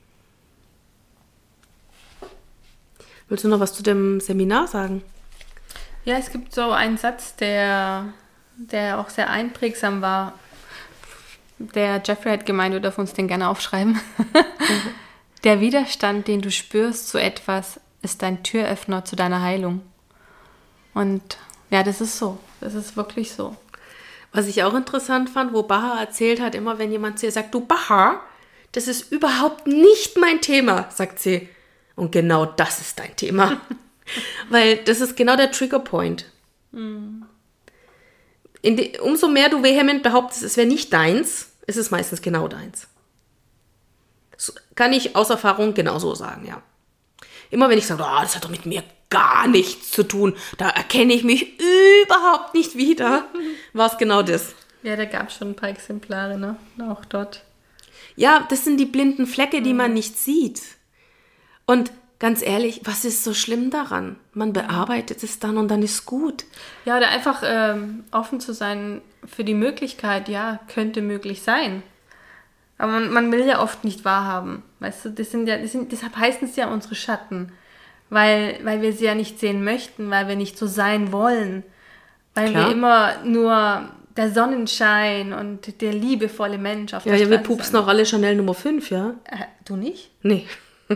S2: Willst du noch was zu dem Seminar sagen?
S1: Ja, es gibt so einen Satz, der, der auch sehr einprägsam war. Der Jeffrey hat gemeint, wir dürfen uns den gerne aufschreiben. Mhm. Der Widerstand, den du spürst zu etwas, ist dein Türöffner zu deiner Heilung. Und ja, das ist so. Das ist wirklich so.
S2: Was ich auch interessant fand, wo Baha erzählt hat, immer wenn jemand zu ihr sagt, du Baha, das ist überhaupt nicht mein Thema, sagt sie. Und genau das ist dein Thema. Weil das ist genau der Triggerpoint. Mhm. In die, umso mehr du vehement behauptest, es wäre nicht deins, ist es meistens genau deins. Das kann ich aus Erfahrung genauso sagen, ja. Immer wenn ich sage, oh, das hat doch mit mir gar nichts zu tun, da erkenne ich mich überhaupt nicht wieder, war es genau das.
S1: Ja, da gab es schon ein paar Exemplare, ne? Auch dort.
S2: Ja, das sind die blinden Flecke, die mhm. man nicht sieht. Und ganz ehrlich, was ist so schlimm daran? Man bearbeitet es dann und dann ist gut.
S1: Ja, oder einfach ähm, offen zu sein für die Möglichkeit, ja, könnte möglich sein. Aber man, man will ja oft nicht wahrhaben. Weißt du, das sind ja, das sind, deshalb heißen es ja unsere Schatten. Weil, weil wir sie ja nicht sehen möchten, weil wir nicht so sein wollen. Weil Klar. wir immer nur der Sonnenschein und der liebevolle Mensch auf
S2: ja,
S1: der
S2: ja,
S1: Straße
S2: wir pupsen auch alle Chanel Nummer fünf, ja?
S1: Äh, du nicht?
S2: Nee.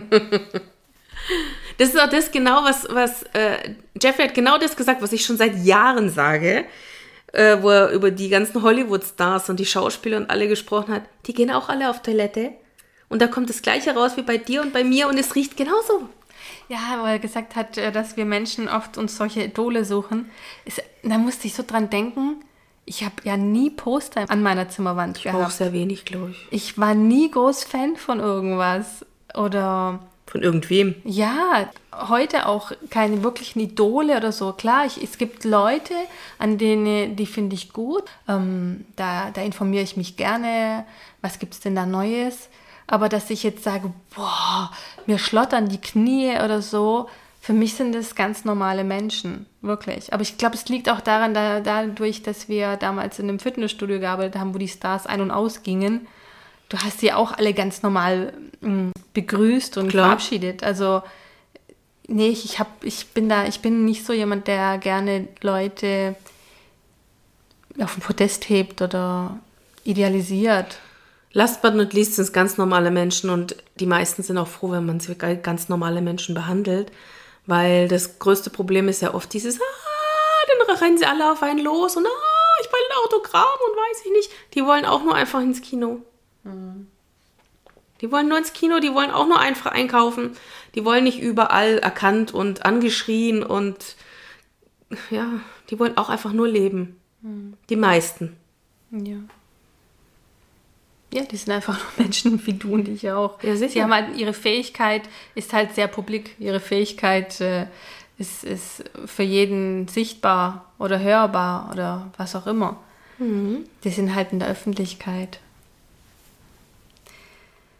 S2: Das ist auch das genau, was, was äh, Jeffrey hat genau das gesagt, was ich schon seit Jahren sage, äh, wo er über die ganzen Hollywood-Stars und die Schauspieler und alle gesprochen hat. Die gehen auch alle auf Toilette und da kommt das Gleiche raus wie bei dir und bei mir und es riecht genauso.
S1: Ja, wo er gesagt hat, dass wir Menschen oft uns solche Idole suchen. Ist, da musste ich so dran denken, ich habe ja nie Poster an meiner Zimmerwand
S2: ich
S1: gehabt.
S2: Auch sehr wenig, glaube ich.
S1: Ich war nie groß Fan von irgendwas oder...
S2: Von irgendwem?
S1: Ja, heute auch keine wirklichen Idole oder so. Klar, ich, es gibt Leute, an denen, die finde ich gut. Ähm, da, da informiere ich mich gerne. Was gibt es denn da Neues? Aber dass ich jetzt sage, boah, mir schlottern die Knie oder so, für mich sind das ganz normale Menschen, wirklich. Aber ich glaube, es liegt auch daran, da, dadurch, dass wir damals in einem Fitnessstudio gearbeitet haben, wo die Stars ein- und ausgingen. Du hast sie auch alle ganz normal mh, begrüßt und
S2: Klar.
S1: verabschiedet. Also, nee, ich, ich, hab, ich bin da, ich bin nicht so jemand, der gerne Leute auf den Podest hebt oder idealisiert.
S2: Last but not least sind es ganz normale Menschen und die meisten sind auch froh, wenn man sie ganz normale Menschen behandelt, weil das größte Problem ist ja oft dieses, ah, dann rennen sie alle auf einen los und ah, ich will ein Autogramm und weiß ich nicht. Die wollen auch nur einfach ins Kino. Mhm. Die wollen nur ins Kino, die wollen auch nur einfach einkaufen. Die wollen nicht überall erkannt und angeschrien und ja, die wollen auch einfach nur leben. Mhm. Die meisten.
S1: Ja. Ja, die sind einfach nur Menschen wie du und ich auch.
S2: Ja, sicher.
S1: Sie haben halt, ihre Fähigkeit ist halt sehr publik. Ihre Fähigkeit äh, ist, ist für jeden sichtbar oder hörbar oder was auch immer. Mhm. Die sind halt in der Öffentlichkeit.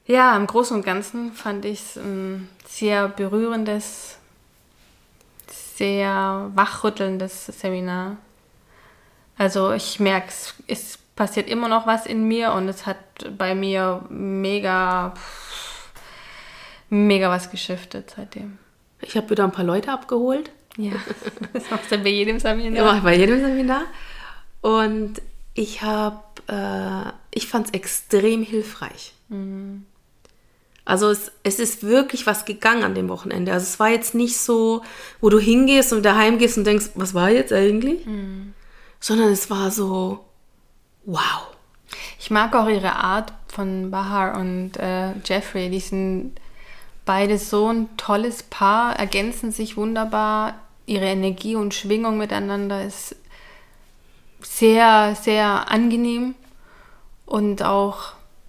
S1: Ja, im Großen und Ganzen fand ich es ein sehr berührendes, sehr wachrüttelndes Seminar. Also ich merke, es, es passiert immer noch was in mir und es hat bei mir mega, mega was geschiftet seitdem.
S2: Ich habe wieder ein paar Leute abgeholt.
S1: Ja, das machst du bei jedem Seminar.
S2: Ja, mach ich bei jedem Seminar. Und ich habe, äh, ich fand es extrem hilfreich. Mhm. Also es, es ist wirklich was gegangen an dem Wochenende. Also es war jetzt nicht so, wo du hingehst und wieder heimgehst und denkst, was war jetzt eigentlich? Mhm. Sondern es war so, wow.
S1: Ich mag auch ihre Art von Bahar und äh, Jeffrey. Die sind beide so ein tolles Paar, ergänzen sich wunderbar. Ihre Energie und Schwingung miteinander ist sehr, sehr angenehm. Und auch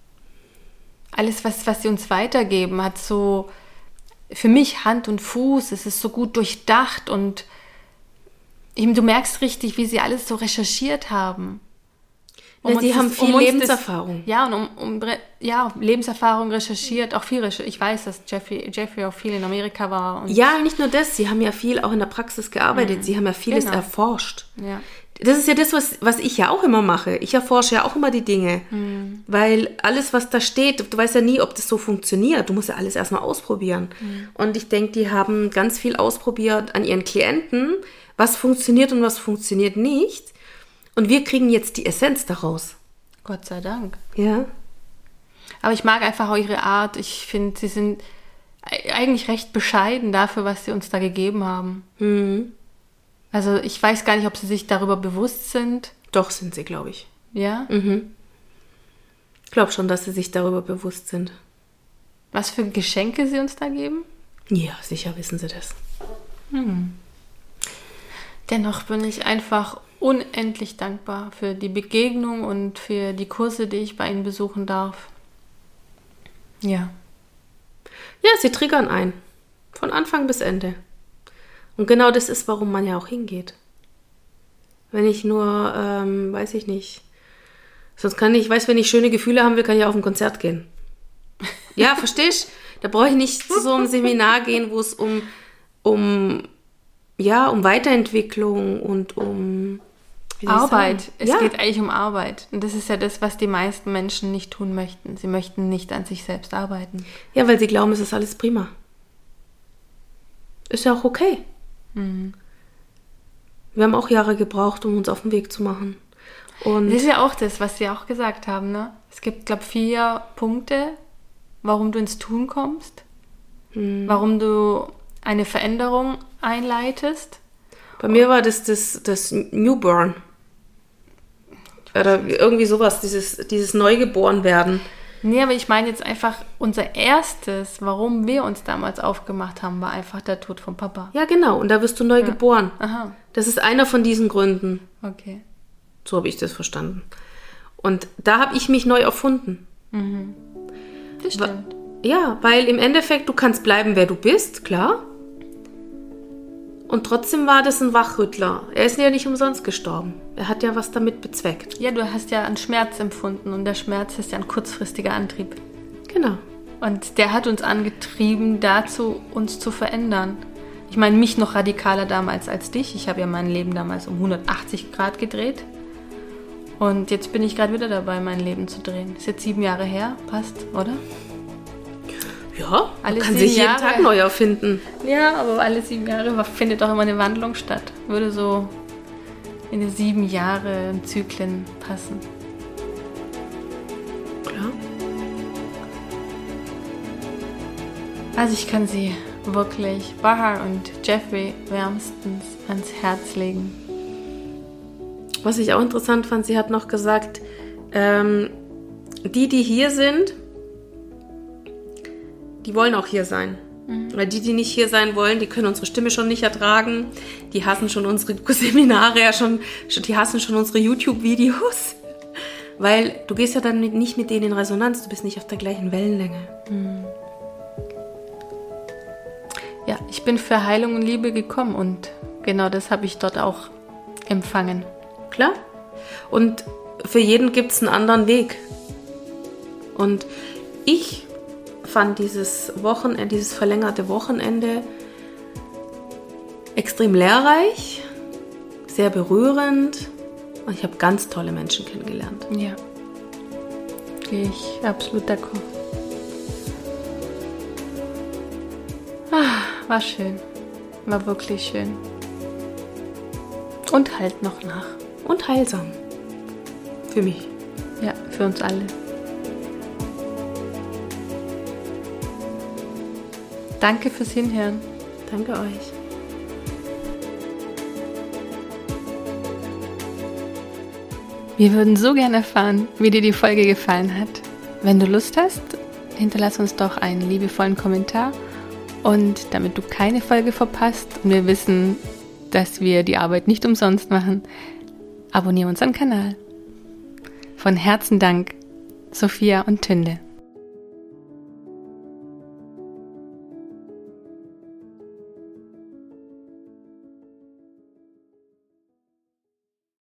S1: alles, was, was sie uns weitergeben, hat so für mich Hand und Fuß. Es ist so gut durchdacht und eben, du merkst richtig, wie sie alles so recherchiert haben.
S2: Um ja, sie haben das, viel um Lebenserfahrung.
S1: Das, ja, und um, um ja, Lebenserfahrung recherchiert, auch viel recherchiert. Ich weiß, dass Jeffrey, Jeffrey auch viel in Amerika war. Und
S2: ja, nicht nur das, sie haben ja viel auch in der Praxis gearbeitet, mhm. sie haben ja vieles genau. erforscht.
S1: Ja.
S2: Das ist ja das, was, was ich ja auch immer mache. Ich erforsche ja auch immer die Dinge. Mhm. Weil alles, was da steht, du weißt ja nie, ob das so funktioniert. Du musst ja alles erstmal ausprobieren. Mhm. Und ich denke, die haben ganz viel ausprobiert an ihren Klienten, was funktioniert und was funktioniert nicht. Und wir kriegen jetzt die Essenz daraus.
S1: Gott sei Dank.
S2: Ja.
S1: Aber ich mag einfach auch ihre Art. Ich finde, sie sind eigentlich recht bescheiden dafür, was sie uns da gegeben haben.
S2: Mhm.
S1: Also ich weiß gar nicht, ob sie sich darüber bewusst sind.
S2: Doch, sind sie, glaube ich.
S1: Ja?
S2: Mhm. Ich glaube schon, dass sie sich darüber bewusst sind.
S1: Was für Geschenke sie uns da geben?
S2: Ja, sicher wissen sie das.
S1: Hm. Dennoch bin ich einfach unendlich dankbar für die Begegnung und für die Kurse, die ich bei ihnen besuchen darf. Ja.
S2: Ja, sie triggern ein. Von Anfang bis Ende. Und genau das ist, warum man ja auch hingeht. Wenn ich nur, ähm, weiß ich nicht, sonst kann ich, weiß, wenn ich schöne Gefühle haben will, kann ich auf ein Konzert gehen. Ja, verstehst? Da brauche ich nicht zu so einem Seminar gehen, wo es um, um, ja, um Weiterentwicklung und um
S1: Arbeit. Es
S2: ja.
S1: geht eigentlich um Arbeit. Und das ist ja das, was die meisten Menschen nicht tun möchten. Sie möchten nicht an sich selbst arbeiten.
S2: Ja, weil sie glauben, es ist alles prima. Ist ja auch okay.
S1: Mhm.
S2: Wir haben auch Jahre gebraucht, um uns auf den Weg zu machen. Und
S1: das ist ja auch das, was Sie auch gesagt haben, ne? Es gibt, glaube ich, vier Punkte, warum du ins Tun kommst,
S2: mhm.
S1: warum du eine Veränderung einleitest.
S2: Bei mir war das das, das Newborn. Oder irgendwie sowas, dieses, dieses Neugeborenwerden.
S1: Nee, aber ich meine jetzt einfach, unser erstes, warum wir uns damals aufgemacht haben, war einfach der Tod vom Papa.
S2: Ja, genau. Und da wirst du neu
S1: ja.
S2: geboren.
S1: Aha.
S2: Das ist einer von diesen Gründen.
S1: Okay.
S2: So habe ich das verstanden. Und da habe ich mich neu erfunden.
S1: Mhm. Das stimmt.
S2: Ja, weil im Endeffekt, du kannst bleiben, wer du bist, klar. Und trotzdem war das ein Wachrüttler. Er ist ja nicht umsonst gestorben. Er hat ja was damit bezweckt.
S1: Ja, du hast ja einen Schmerz empfunden und der Schmerz ist ja ein kurzfristiger Antrieb.
S2: Genau.
S1: Und der hat uns angetrieben, dazu uns zu verändern. Ich meine, mich noch radikaler damals als dich. Ich habe ja mein Leben damals um hundertachtzig Grad gedreht. Und jetzt bin ich gerade wieder dabei, mein Leben zu drehen. Ist jetzt sieben Jahre her, passt, oder?
S2: Ja,
S1: alle
S2: man kann sich jeden
S1: Jahre,
S2: Tag neu erfinden.
S1: Ja, aber alle sieben Jahre findet auch immer eine Wandlung statt. Würde so in die sieben Jahre Zyklen passen.
S2: Klar.
S1: Also ich kann sie wirklich, Bahar und Jeffrey, wärmstens ans Herz legen.
S2: Was ich auch interessant fand, sie hat noch gesagt, ähm, die, die hier sind, die wollen auch hier sein. Mhm. Weil die, die nicht hier sein wollen, die können unsere Stimme schon nicht ertragen. Die hassen schon unsere Seminare, ja schon, die hassen schon unsere YouTube-Videos. Weil du gehst ja dann nicht mit denen in Resonanz, du bist nicht auf der gleichen Wellenlänge.
S1: Mhm. Ja, ich bin für Heilung und Liebe gekommen und genau das habe ich dort auch empfangen.
S2: Klar. Und für jeden gibt es einen anderen Weg. Und ich fand dieses Wochenende, dieses verlängerte Wochenende extrem lehrreich, sehr berührend und ich habe ganz tolle Menschen kennengelernt.
S1: Ja, gehe ich absolut d'accord. Ah, war schön, war wirklich schön. Und halt noch nach.
S2: Und heilsam. Für mich.
S1: Ja, für uns alle. Danke fürs Hinhören.
S2: Danke euch.
S1: Wir würden so gerne erfahren, wie dir die Folge gefallen hat. Wenn du Lust hast, hinterlass uns doch einen liebevollen Kommentar. Und damit du keine Folge verpasst und wir wissen, dass wir die Arbeit nicht umsonst machen, abonniere unseren Kanal. Von Herzen Dank, Sophia und Tünde.